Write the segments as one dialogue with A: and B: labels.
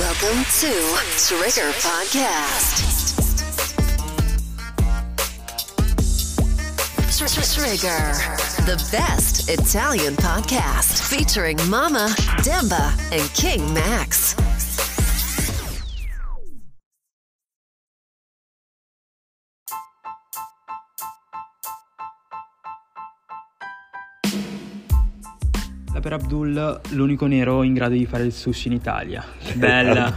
A: Welcome to Trigger Podcast. Trigger, the best Italian podcast featuring Mama, Demba, and King Max.
B: Per Abdul, l'unico nero in grado di fare il sushi in Italia. Bella.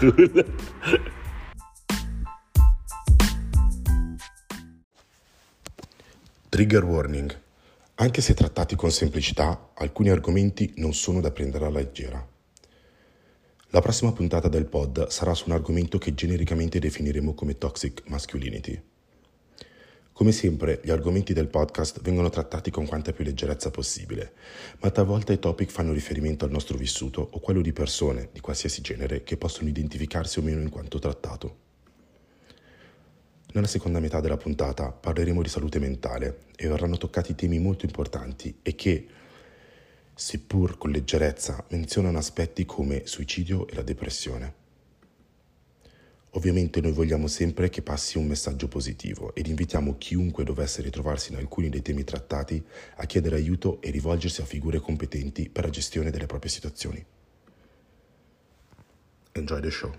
C: Trigger warning. Anche se trattati con semplicità, alcuni argomenti non sono da prendere alla leggera. La prossima puntata del pod sarà su un argomento che genericamente definiremo come toxic masculinity. Come sempre, gli argomenti del podcast vengono trattati con quanta più leggerezza possibile, ma talvolta i topic fanno riferimento al nostro vissuto o quello di persone di qualsiasi genere che possono identificarsi o meno in quanto trattato. Nella seconda metà della puntata parleremo di salute mentale e verranno toccati temi molto importanti e che, seppur con leggerezza, menzionano aspetti come suicidio e la depressione. Ovviamente noi vogliamo sempre che passi un messaggio positivo ed invitiamo chiunque dovesse ritrovarsi in alcuni dei temi trattati a chiedere aiuto e rivolgersi a figure competenti per la gestione delle proprie situazioni. Enjoy the show.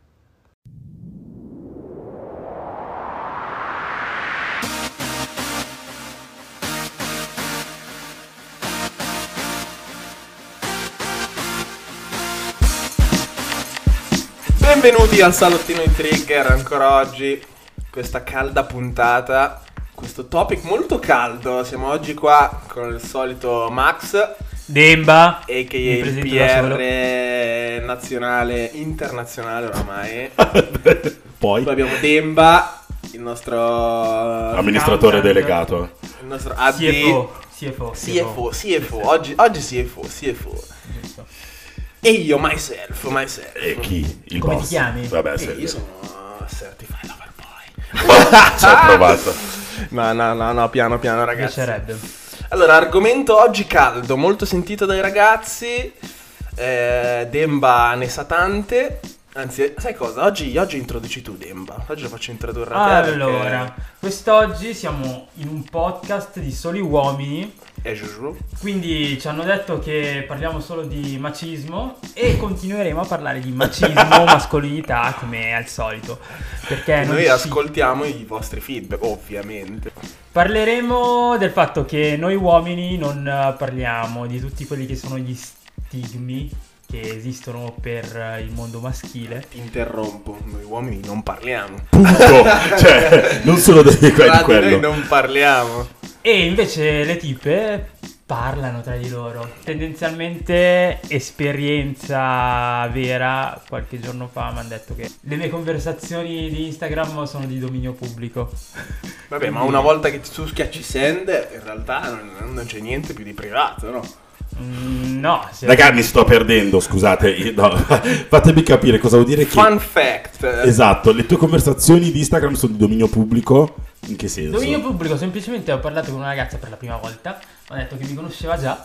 D: Benvenuti al salottino di Trigger, ancora oggi, questa calda puntata, questo topic molto caldo. Siamo oggi qua con il solito Max
B: Demba,
D: a.k.a. il PR nazionale, internazionale oramai.
E: Poi
D: abbiamo Demba, il nostro
E: amministratore delegato,
D: il nostro AD, CFO. Oggi CFO. E io, myself.
E: E chi? Il
B: come
E: boss.
B: ti chiami?
E: Vabbè,
D: Io sono certified lover boy.
E: ci ho provato.
D: No, piano
B: Mi
D: ragazzi.
B: piacerebbe.
D: Allora, argomento oggi caldo, molto sentito dai ragazzi. Demba ne sa tante. Anzi, sai cosa? Oggi introduci tu, Demba. Oggi lo faccio introdurre a te.
B: Allora, quest'oggi siamo in un podcast di soli uomini.
D: È giusto.
B: Quindi ci hanno detto che parliamo solo di macismo e continueremo a parlare di macismo, mascolinità come al solito. Perché
D: noi ascoltiamo i vostri feedback, ovviamente.
B: Parleremo del fatto che noi uomini non parliamo di tutti quelli che sono gli stigmi che esistono per il mondo maschile.
D: Ti interrompo, noi uomini non parliamo.
E: Punto. Cioè, non solo di quello.
D: Noi non parliamo.
B: E invece le tipe parlano tra di loro. Tendenzialmente, esperienza vera, qualche giorno fa mi hanno detto che le mie conversazioni di Instagram sono di dominio pubblico.
D: Vabbè, ma una volta che tu schiacci send, in realtà non c'è niente più di privato, no?
B: No,
E: Raga, mi sto perdendo, scusate. No, fatemi capire cosa vuol dire che...
D: Fun fact.
E: Esatto, le tue conversazioni di Instagram sono di dominio pubblico? In che senso?
B: dominio pubblico, semplicemente ho parlato con una ragazza per la prima volta. Mi ha detto che mi conosceva già.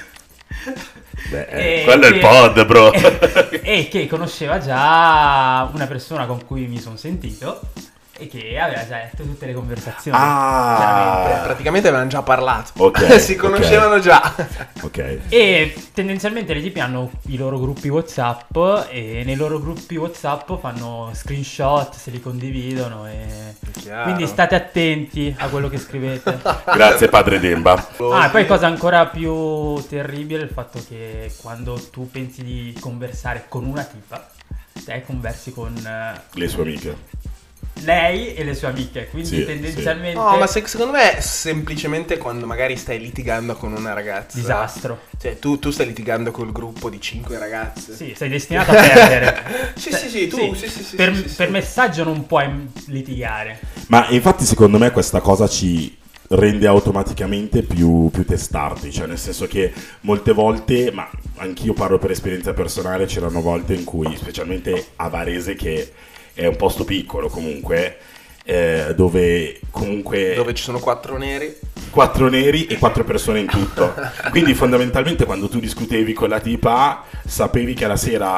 E: Beh, quello è il pod, bro.
B: E che conosceva già una persona con cui mi sono sentito e che aveva già letto tutte le conversazioni.
E: Ah,
D: Praticamente avevano già parlato.
E: Ok,
D: si conoscevano già.
E: ok.
B: E tendenzialmente le tipi hanno i loro gruppi WhatsApp e nei loro gruppi WhatsApp fanno screenshot, se li condividono e
D: Chiaro.
B: quindi state attenti a quello che scrivete.
E: Grazie padre Demba.
B: Ah, e poi cosa ancora più terribile è il fatto che quando tu pensi di conversare con una tipa, te conversi con
E: Le sue amiche.
B: lei e le sue amiche, quindi
E: Sì,
B: tendenzialmente
D: No, ma secondo me è semplicemente quando magari stai litigando con una ragazza.
B: disastro.
D: Cioè, tu stai litigando col gruppo di 5 ragazze.
B: Sì, sei destinato a perdere.
D: Sì, tu. Sì,
B: Per messaggio non puoi litigare.
E: Ma infatti secondo me questa cosa ci rende automaticamente più testardi, cioè nel senso che molte volte, ma anch'io parlo per esperienza personale, c'erano volte in cui, specialmente a Varese, che è un posto piccolo comunque, dove ci sono 4 neri e 4 persone in tutto. Quindi fondamentalmente quando tu discutevi con la tipa sapevi che la sera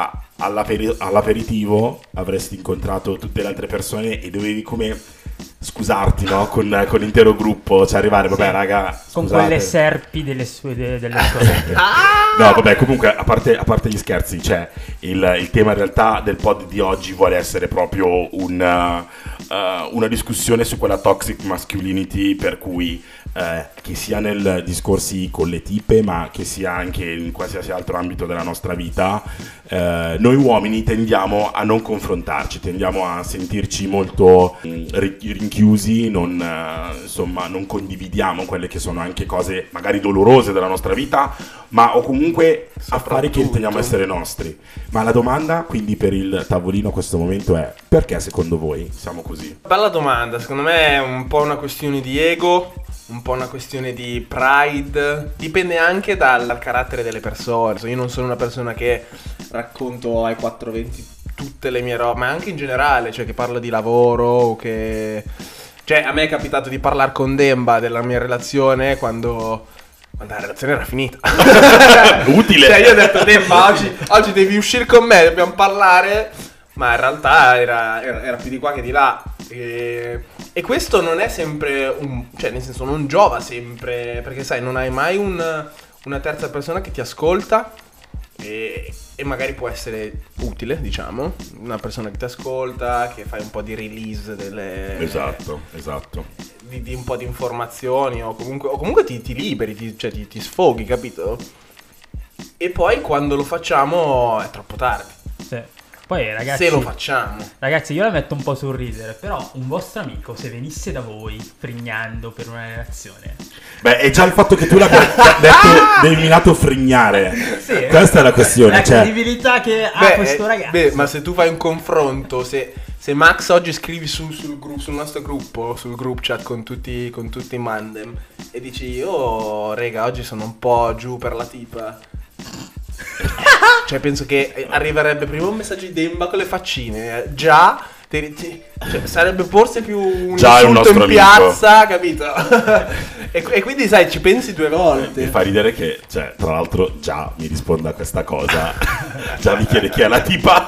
E: all'aperitivo avresti incontrato tutte le altre persone e dovevi come scusarti, no? Con l'intero gruppo, cioè arrivare, vabbè, raga,
B: con
E: scusate.
B: quelle serpi delle sue orecchie.
E: No, vabbè, comunque, a parte gli scherzi, cioè, il tema in realtà del pod di oggi vuole essere proprio una discussione su quella toxic masculinity, per cui che sia nel discorsi con le tipe, ma che sia anche in qualsiasi altro ambito della nostra vita, noi uomini tendiamo a non confrontarci, tendiamo a sentirci molto rinchiusi, insomma, non condividiamo quelle che sono anche cose magari dolorose della nostra vita, ma o comunque affari che riteniamo essere nostri. Ma la domanda quindi per il tavolino a questo momento è: perché secondo voi siamo così?
D: Bella domanda, secondo me è un po' una questione di ego, un po' una questione di pride, dipende anche dal carattere delle persone. Io non sono una persona che racconto ai 420 tutte le mie robe, ma anche in generale, cioè che parlo di lavoro o che... Cioè a me è capitato di parlare con Demba della mia relazione quando la relazione era finita.
E: Utile!
D: Cioè io ho detto Demba, oggi devi uscire con me, dobbiamo parlare, ma in realtà era più di qua che di là. E questo non è sempre cioè nel senso non giova sempre, perché sai, non hai mai una terza persona che ti ascolta e magari può essere utile, diciamo, una persona che ti ascolta, che fai un po' di release delle...
E: Esatto.
D: Di un po' di informazioni o comunque ti liberi, ti sfoghi, capito? E poi quando lo facciamo è troppo tardi.
B: Sì. Poi ragazzi,
D: se lo facciamo.
B: Ragazzi, io la metto un po' sul ridere, però un vostro amico se venisse da voi frignando per una relazione...
E: Beh, è già il fatto che tu l'abbia detto denominato frignare.
B: Sì,
E: questa è la questione,
B: la
E: cioè...
B: credibilità che ha questo ragazzo.
D: Beh, ma se tu fai un confronto, se Max oggi scrivi sul nostro gruppo, sul group chat con tutti i mandem, e dici, oh rega, oggi sono un po' giù per la tipa, cioè penso che arriverebbe prima un messaggio di Demba con le faccine, già cioè, sarebbe forse più un
E: già
D: insulto in
E: amico.
D: piazza, capito? e quindi sai, ci pensi due volte.
E: Mi fa ridere che, cioè, tra l'altro già mi risponde a questa cosa, già mi chiede chi è la tipa.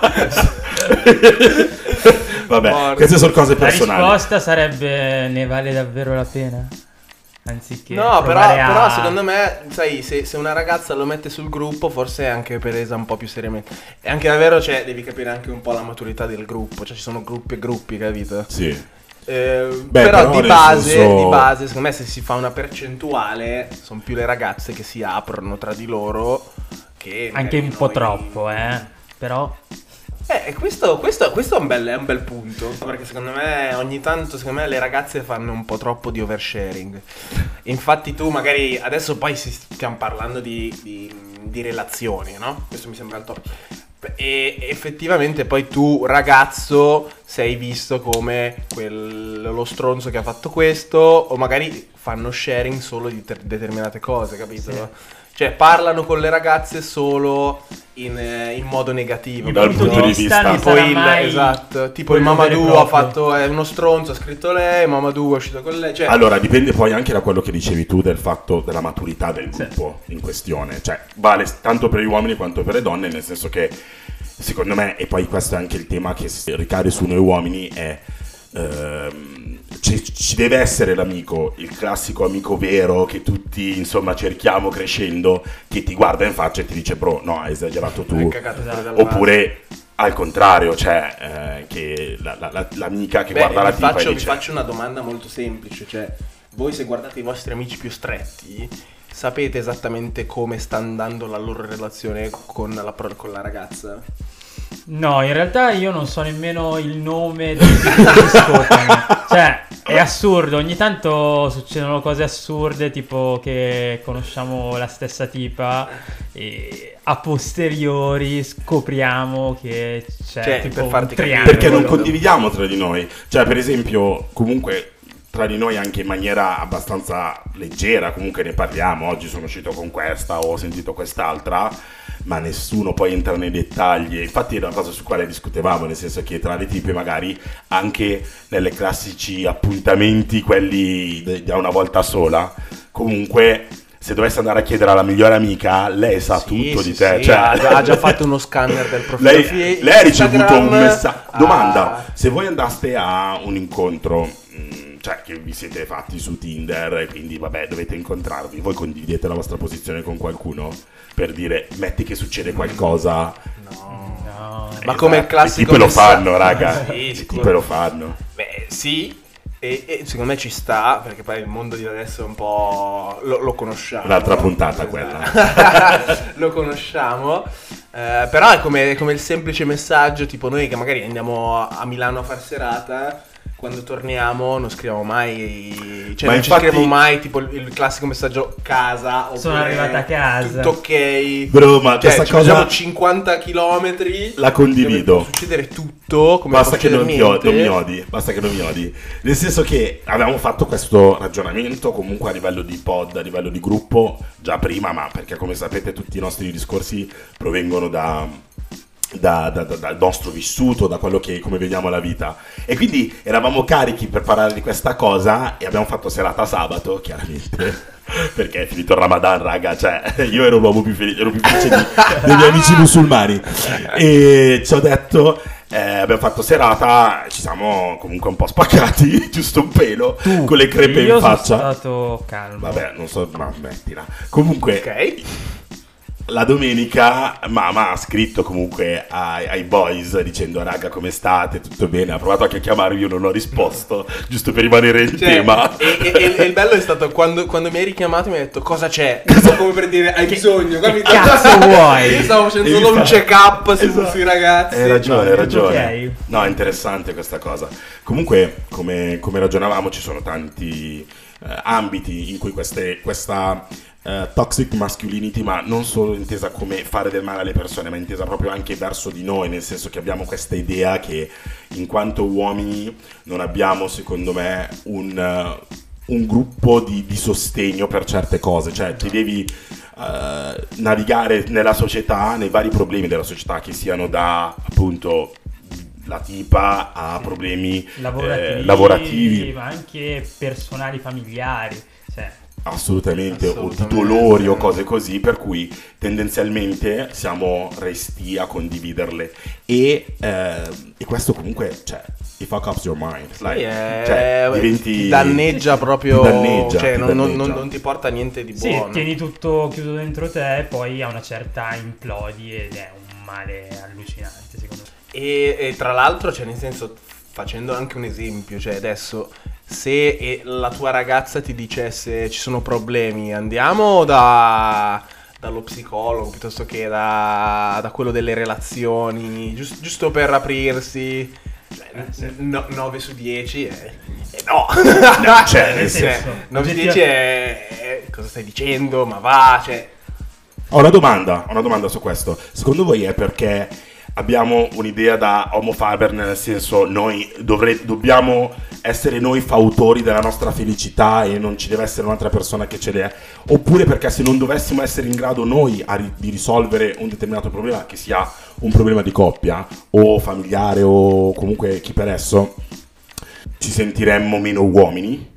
E: Vabbè, queste sono cose personali.
B: La risposta sarebbe: ne vale davvero la pena? Anziché
D: no,
B: provare
D: però secondo me, sai, se una ragazza lo mette sul gruppo, forse è anche presa un po' più seriamente. E anche davvero, cioè, devi capire anche un po' la maturità del gruppo. Cioè, ci sono gruppi e gruppi, capito?
E: Sì.
D: Però di base, secondo me, se si fa una percentuale, sono più le ragazze che si aprono tra di loro che
B: anche un po' troppo, però...
D: questo è un bel punto, perché secondo me ogni tanto le ragazze fanno un po' troppo di oversharing. Infatti tu magari adesso poi stiamo parlando di relazioni, no? Questo mi sembra il top. E effettivamente poi tu ragazzo sei visto come lo stronzo che ha fatto questo, o magari fanno sharing solo di determinate cose, capito? Sì. Cioè parlano con le ragazze solo in modo negativo,
E: dal punto di vista
D: tipo il Mamadou ha fatto, è uno stronzo, ha scritto lei, Mamadou è uscito con lei, cioè...
E: Allora dipende poi anche da quello che dicevi tu, del fatto della maturità del gruppo in questione, cioè vale tanto per gli uomini quanto per le donne, nel senso che secondo me, e poi questo è anche il tema che ricade su noi uomini, è ci deve essere l'amico, il classico amico vero che tutti insomma cerchiamo crescendo, che ti guarda in faccia e ti dice bro, no, hai esagerato tu, oppure al contrario, cioè che l'amica che guarda la tipa e dice...
D: Vi faccio una domanda molto semplice, cioè voi se guardate i vostri amici più stretti sapete esattamente come sta andando la loro relazione con la ragazza?
B: No, in realtà io non so nemmeno il nome di chi discutono. Cioè, è assurdo, ogni tanto succedono cose assurde, tipo che conosciamo la stessa tipa e a posteriori scopriamo che c'è tipo
D: per farti
B: un triangolo.
E: Perché non condividiamo tra di noi. Cioè, per esempio, comunque tra di noi anche in maniera abbastanza leggera, comunque ne parliamo, oggi sono uscito con questa, ho sentito quest'altra, ma nessuno poi entra nei dettagli. Infatti è una cosa su quale discutevamo, nel senso che tra le tipe magari anche nelle classici appuntamenti, quelli da una volta sola, comunque se dovessi andare a chiedere alla migliore amica, lei sa tutto di te.
D: Sì,
E: Cioè,
D: ha già fatto uno scanner del profilo.
E: lei ha ricevuto
D: Instagram.
E: un messaggio. Domanda: se voi andaste a un incontro, cioè che vi siete fatti su Tinder e quindi vabbè dovete incontrarvi, voi condividete la vostra posizione con qualcuno per dire metti che succede qualcosa?
B: No.
D: Ma come il classico
E: I tipi lo
D: messaggio.
E: fanno, raga.
D: Sì,
E: I
D: sicuro.
E: tipi lo fanno.
D: Beh, sì. E secondo me ci sta, perché poi il mondo di adesso è un po'... lo conosciamo.
E: Un'altra puntata quella.
D: Lo conosciamo. Però è come il semplice messaggio, tipo noi che magari andiamo a Milano a far serata, quando torniamo non scriviamo mai, cioè
E: Ma
D: non
E: infatti-
D: ci scriviamo mai tipo il classico messaggio casa,
B: Sono
D: oppure
B: arrivata a casa.
D: tutto ok.
E: Bro, ma
D: Cioè,
E: questa
D: ci
E: cosa
D: facciamo 50 chilometri.
E: la condivido.
D: Dove può succedere tutto, come
E: Basta
D: può
E: che non
D: succedere niente.
E: mi odi, basta che non mi odi. Nel senso che avevamo fatto questo ragionamento comunque a livello di pod, a livello di gruppo, già prima, ma perché come sapete tutti i nostri discorsi provengono dal nostro vissuto, da quello che come vediamo la vita. E quindi eravamo carichi per parlare di questa cosa e abbiamo fatto serata sabato, chiaramente. Perché è finito il Ramadan, raga, cioè io ero l'uomo più felice dei miei amici musulmani e ci ho detto abbiamo fatto serata, ci siamo comunque un po' spaccati, giusto un pelo, con le crepe
B: Io
E: in
B: sono
E: faccia.
B: stato calmo.
E: Vabbè, non so, ma smettila. Comunque
D: Ok.
E: la domenica mamma ha scritto comunque ai boys dicendo raga come state, tutto bene, ha provato anche a chiamarmi, io non ho risposto giusto per rimanere in
D: Cioè,
E: tema.
D: e il bello è stato quando mi hai richiamato mi hai detto cosa c'è, come per dire hai bisogno, capito?
B: cazzo vuoi?
D: Io stavo facendo
E: E
D: solo un
E: infatti-
D: check-up
E: Esatto.
D: sui ragazzi.
E: Hai ragione, hai
B: tutto
E: ragione.
B: ok.
E: No, è interessante questa cosa. Comunque, come ragionavamo, ci sono tanti ambiti in cui questa toxic masculinity, ma non solo intesa come fare del male alle persone, ma intesa proprio anche verso di noi, nel senso che abbiamo questa idea che in quanto uomini non abbiamo, secondo me, un gruppo di sostegno per certe cose, cioè ti devi navigare nella società, nei vari problemi della società, che siano da appunto la tipa a problemi lavorativi,
B: ma anche personali, familiari. Cioè,
E: assolutamente, o di
D: Assolutamente.
E: dolori o cose così, per cui tendenzialmente siamo resti a condividerle e questo comunque, cioè, it fuck ups your mind, cioè,
D: ti danneggia proprio,
E: ti danneggia,
D: cioè
E: ti
D: non
E: danneggia.
D: non ti porta a niente di
B: sì,
D: buono.
B: tieni tutto chiuso dentro te e poi a una certa implodi ed è un male allucinante, secondo me.
D: E tra l'altro, cioè nel senso, facendo anche un esempio, cioè adesso se la tua ragazza ti dicesse ci sono problemi, andiamo dallo psicologo piuttosto che da quello delle relazioni, giusto per aprirsi, cioè, 9 su 10 no,
E: cioè,
B: nel senso,
D: 9 su 10 è cosa stai dicendo, ma va, cioè
E: Ho una domanda su questo. Secondo voi è perché abbiamo un'idea da homo faber, nel senso noi dobbiamo essere noi fautori della nostra felicità e non ci deve essere un'altra persona che ce l'è, oppure perché se non dovessimo essere in grado noi di risolvere un determinato problema, che sia un problema di coppia o familiare o comunque chi per esso, ci sentiremmo meno uomini?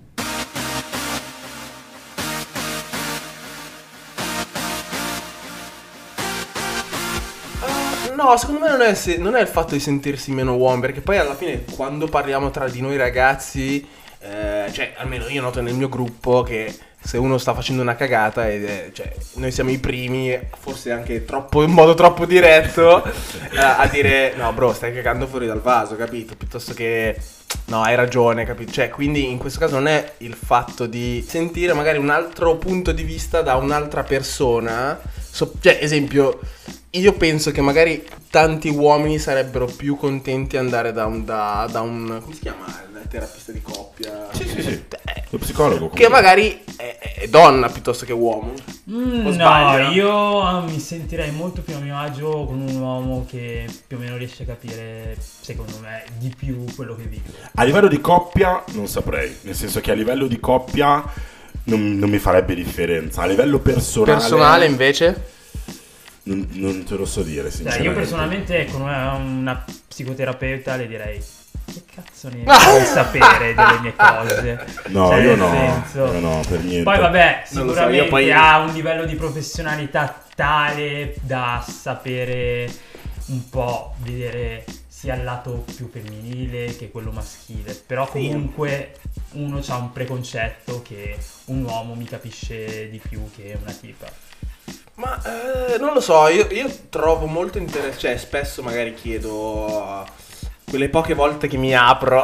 D: no, secondo me non è il fatto di sentirsi meno uomo, perché poi alla fine quando parliamo tra di noi ragazzi, cioè almeno io noto nel mio gruppo che se uno sta facendo una cagata, cioè, noi siamo i primi, forse anche in modo troppo diretto, a dire no bro, stai cagando fuori dal vaso, capito? Piuttosto che no, hai ragione, capito? Cioè, quindi in questo caso non è il fatto di sentire magari un altro punto di vista da un'altra persona, cioè, esempio, io penso che magari tanti uomini sarebbero più contenti di andare da un come si chiama? Il terapista di coppia.
E: Sì. Lo psicologo.
D: Che magari è donna piuttosto che uomo. O
B: No,
D: sbaglio?
B: io mi sentirei molto più a mio agio con un uomo che più o meno riesce a capire, secondo me, di più quello che vivo.
E: A livello di coppia non saprei, nel senso che a livello di coppia non mi farebbe differenza. A livello
D: Personale invece?
E: non te lo so dire
B: Cioè,
E: sinceramente.
B: io personalmente con una psicoterapeuta le direi che cazzo cazzo ne sapere delle mie cose.
E: No,
B: Cioè,
E: io
B: nel
E: no,
B: senso-
E: io no, per niente.
B: Poi vabbè,
D: Non lo so,
B: sicuramente
D: io poi-
B: ha un livello di professionalità tale da sapere un po' vedere sia il lato più femminile che quello maschile. Però comunque uno c'ha un preconcetto che un uomo mi capisce di più che una tipa.
D: Ma non lo so, io trovo molto interessante, cioè spesso magari chiedo, quelle poche volte che mi apro,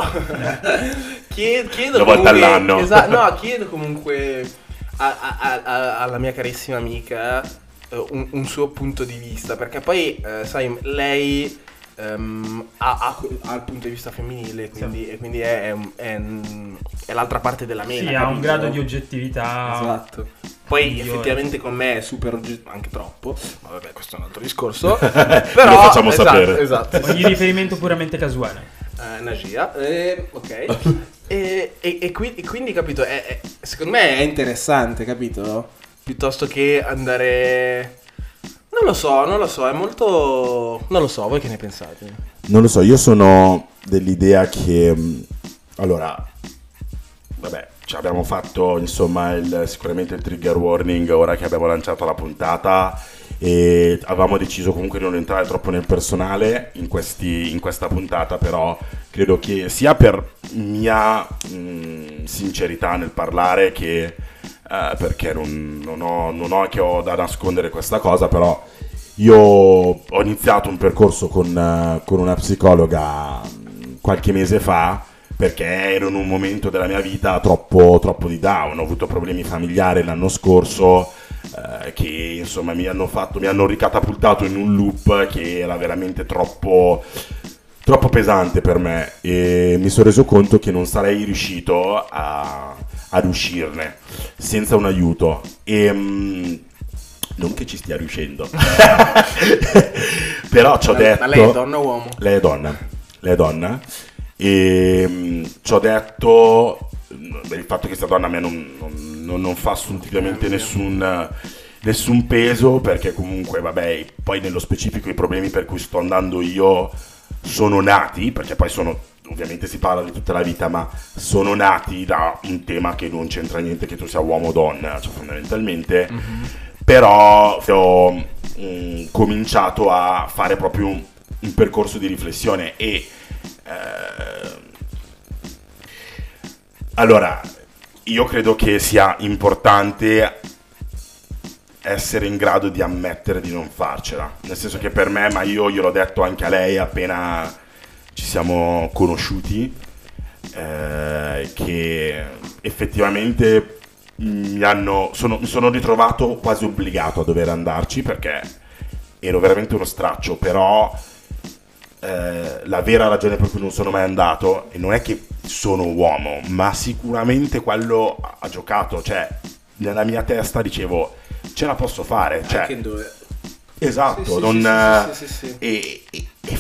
D: chiedo
E: Una volta all'anno.
D: No, chiedo comunque alla mia carissima amica un suo punto di vista, perché poi, sai, lei ha il punto di vista femminile, quindi, e quindi è l'altra parte della mela.
B: Sì, ha un
D: capito?
B: grado di oggettività.
D: Esatto. Poi
B: migliore.
D: effettivamente con me è super anche troppo, ma vabbè, questo è un altro discorso. Però
E: Lo facciamo
D: esatto,
E: sapere.
D: Esatto.
B: Ogni riferimento puramente casuale.
D: Nagia, ok. e quindi capito, secondo me è interessante, capito? Piuttosto che andare... Non lo so, è molto... Non lo so, voi che ne pensate?
E: Non lo so, io sono dell'idea che allora, vabbè, ci abbiamo fatto insomma sicuramente il trigger warning ora che abbiamo lanciato la puntata, e avevamo deciso comunque di non entrare troppo nel personale in questa puntata, però credo che sia per mia sincerità nel parlare che perché non ho che ho da nascondere questa cosa, però io ho iniziato un percorso con una psicologa qualche mese fa perché ero in un momento della mia vita troppo di down. Ho avuto problemi familiari l'anno scorso che insomma mi hanno ricatapultato in un loop che era veramente troppo pesante per me, e mi sono reso conto che non sarei riuscito ad uscirne senza un aiuto, e non che ci stia riuscendo però ci ho detto...
D: Ma lei è donna o uomo?
E: Lei è donna e ci ho detto il fatto che sia donna a me non fa assolutamente nessun peso, perché comunque vabbè, poi nello specifico i problemi per cui sto andando io sono nati, perché poi ovviamente si parla di tutta la vita, ma sono nati da un tema che non c'entra niente che tu sia uomo o donna, cioè fondamentalmente. Però ho cominciato a fare proprio un percorso di riflessione e allora io credo che sia importante essere in grado di ammettere di non farcela, nel senso che per me, ma io gliel'ho detto anche a lei appena ci siamo conosciuti, che effettivamente mi sono ritrovato quasi obbligato a dover andarci perché ero veramente uno straccio, però la vera ragione per cui non sono mai andato, e non è che sono uomo, ma sicuramente quello ha giocato, cioè nella mia testa dicevo ce la posso fare, cioè
D: Anche in due.
E: esatto,
D: Sì.
E: e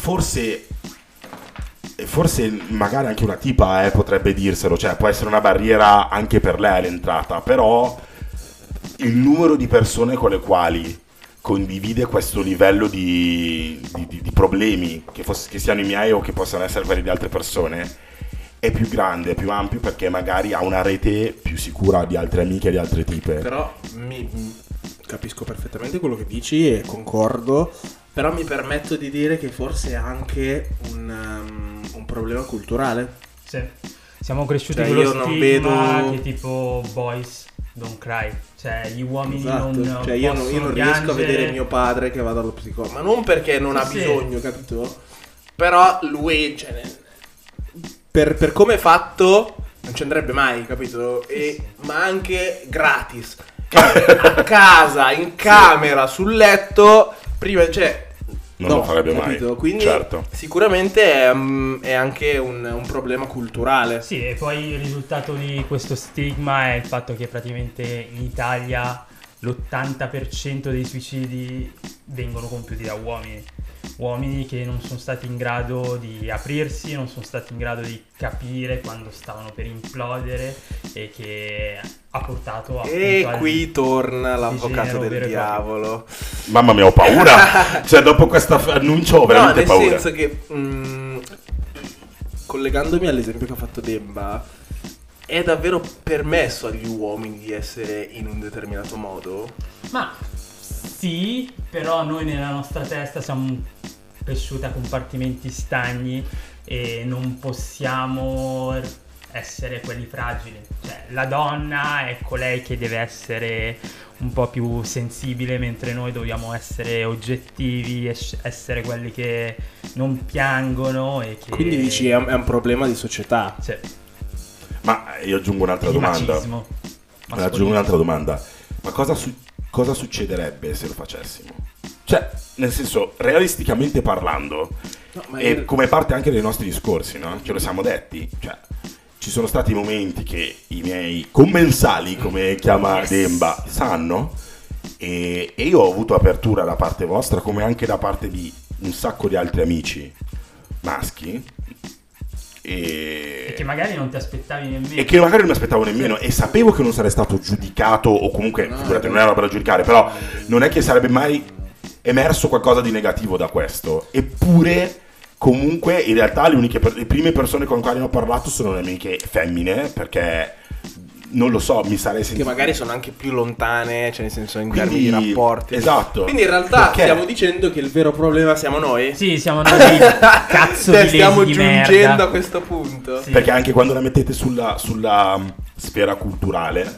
E: forse magari anche una tipa potrebbe dirselo, cioè può essere una barriera anche per lei l'entrata, però il numero di persone con le quali condivide questo livello di problemi, che siano i miei o che possano essere quelli di altre persone, è più grande, più ampio, perché magari ha una rete più sicura di altre amiche e di altre tipe.
D: Però capisco perfettamente quello che dici e concordo, però mi permetto di dire che forse è anche un problema culturale.
B: Sì. Siamo cresciuti
D: Cioè,
B: con lo
D: io non
B: stigma
D: vedo-
B: che tipo boys don't cry, cioè gli uomini
D: Esatto,
B: non
D: cioè io
B: possono
D: non riesco a
B: piangere.
D: vedere mio padre che va dallo psicologo, ma non perché non ha
B: Sì.
D: bisogno, capito? Però lui, cioè, per come è fatto non ci andrebbe mai, capito? Ma anche gratis, a casa, in camera, sul letto, prima, cioè
E: Non lo farebbe mai,
D: Quindi
E: certo.
D: sicuramente è anche un problema culturale.
B: Sì, e poi il risultato di questo stigma è il fatto che praticamente in Italia l'80% dei suicidi vengono compiuti da uomini che non sono stati in grado di aprirsi, non sono stati in grado di capire quando stavano per implodere, e che ha portato appunto
D: E
B: al
D: qui torna l'avvocato
B: degenero
D: del
B: vero e
D: diavolo.
E: Mamma mia, ho paura. Cioè dopo questo annuncio ho veramente
D: no, nel
E: paura.
D: senso che collegandomi all'esempio che ha fatto Demba, è davvero permesso agli uomini di essere in un determinato modo?
B: Ma sì, però noi nella nostra testa siamo cresciuti a compartimenti stagni e non possiamo essere quelli fragili. Cioè, la donna è colei che deve essere un po' più sensibile, mentre noi dobbiamo essere oggettivi, essere quelli che non piangono e che...
D: Quindi dici è un problema di società?
B: Sì.
E: Ma io aggiungo un'altra
B: Di
E: domanda.
B: macismo.
E: Aggiungo un'altra domanda. Ma cosa succederebbe se lo facessimo? Cioè, nel senso, realisticamente parlando, e come parte anche dei nostri discorsi, no? Ce lo siamo detti. Cioè, ci sono stati momenti che i miei commensali, come chiama Demba, sanno, e io ho avuto apertura da parte vostra, come anche da parte di un sacco di altri amici maschi.
B: E che magari non ti aspettavi nemmeno.
E: E che magari non mi aspettavo nemmeno. E sapevo che non sarei stato giudicato, o comunque, figurate, non era roba da giudicare, però non è che sarebbe mai emerso qualcosa di negativo da questo. Eppure, comunque, in realtà le prime persone con le quali ho parlato sono le amiche femmine, perché non lo so, mi sarei sentito...
D: Che magari sono anche più lontane, cioè nel senso in termini di rapporti.
E: Esatto.
D: Quindi in realtà
E: Perché?
D: stiamo dicendo che il vero problema siamo noi?
B: Sì, siamo noi cazzo di lesi
D: stiamo
B: di
D: giungendo
B: merda.
D: a questo punto.
B: Sì.
E: Perché anche quando la mettete sulla sfera culturale,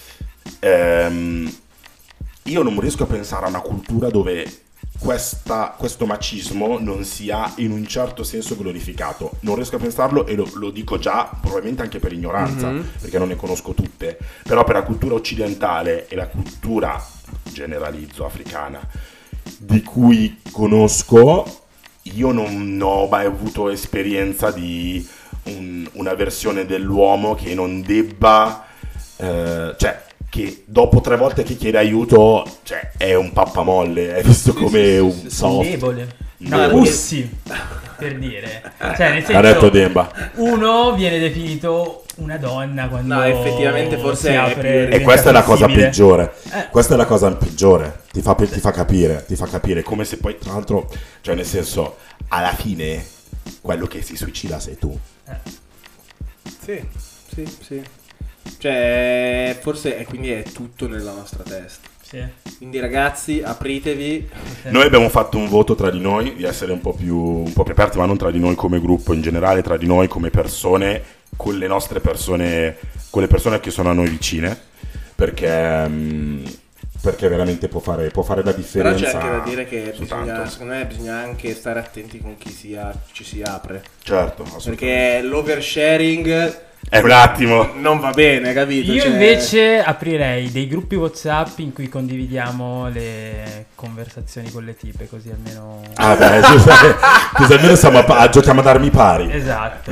E: io non riesco a pensare a una cultura dove questo macismo non sia in un certo senso glorificato. Non riesco a pensarlo, e lo dico già, probabilmente anche per ignoranza, perché non ne conosco tutte. Però per la cultura occidentale e la cultura, generalizzo, africana, di cui conosco, io non ho mai avuto esperienza di una versione dell'uomo che non debba, cioè che dopo 3 volte che chiede aiuto, cioè è un pappamolle, è visto come un soft.
B: Debole. Una
E: Debole.
B: pussy, per dire. Cioè, nel senso,
E: Ha detto Demba.
B: uno viene definito una donna quando
D: No, effettivamente forse
B: si
D: è
B: apre,
D: più-
E: E
B: diventa
E: questa è la cosa
B: sensibile.
E: peggiore. Questa è la cosa peggiore. Ti fa capire. Come se poi, tra l'altro, cioè nel senso, alla fine, quello che si suicida sei tu.
D: Sì. Cioè, forse quindi è tutto nella nostra testa.
B: Sì.
D: Quindi ragazzi, apritevi.
E: Noi abbiamo fatto un voto tra di noi di essere un po' più aperti, ma non tra di noi come gruppo, in generale tra di noi come persone, con le nostre persone, con le persone che sono a noi vicine, perché veramente può fare la
D: Però
E: differenza.
D: c'è anche da dire che
E: su tanto.
D: secondo me bisogna anche stare attenti con chi ci si apre.
E: Certo, assolutamente.
D: Perché l'oversharing
E: È un attimo.
D: non va bene, capito?
B: Io
D: Cioè,
B: invece aprirei dei gruppi WhatsApp in cui condividiamo le conversazioni con le tipe, così almeno...
E: Ah beh, così almeno siamo giochiamo ad armi pari.
B: Esatto.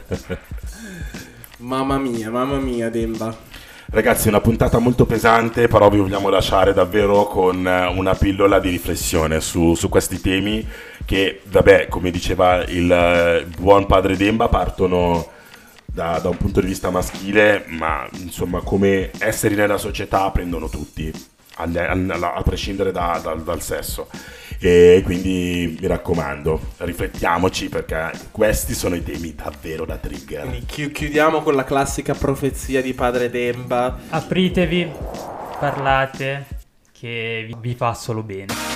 D: Mamma mia, Demba.
E: Ragazzi, una puntata molto pesante, però vi vogliamo lasciare davvero con una pillola di riflessione su questi temi che, vabbè, come diceva il buon padre Demba, partono da un punto di vista maschile, ma insomma come esseri nella società prendono tutti, a prescindere dal sesso. E quindi mi raccomando, riflettiamoci, perché questi sono i temi davvero da trigger.
D: Quindi chiudiamo con la classica profezia di padre Demba.
B: Apritevi, parlate, che vi fa solo bene.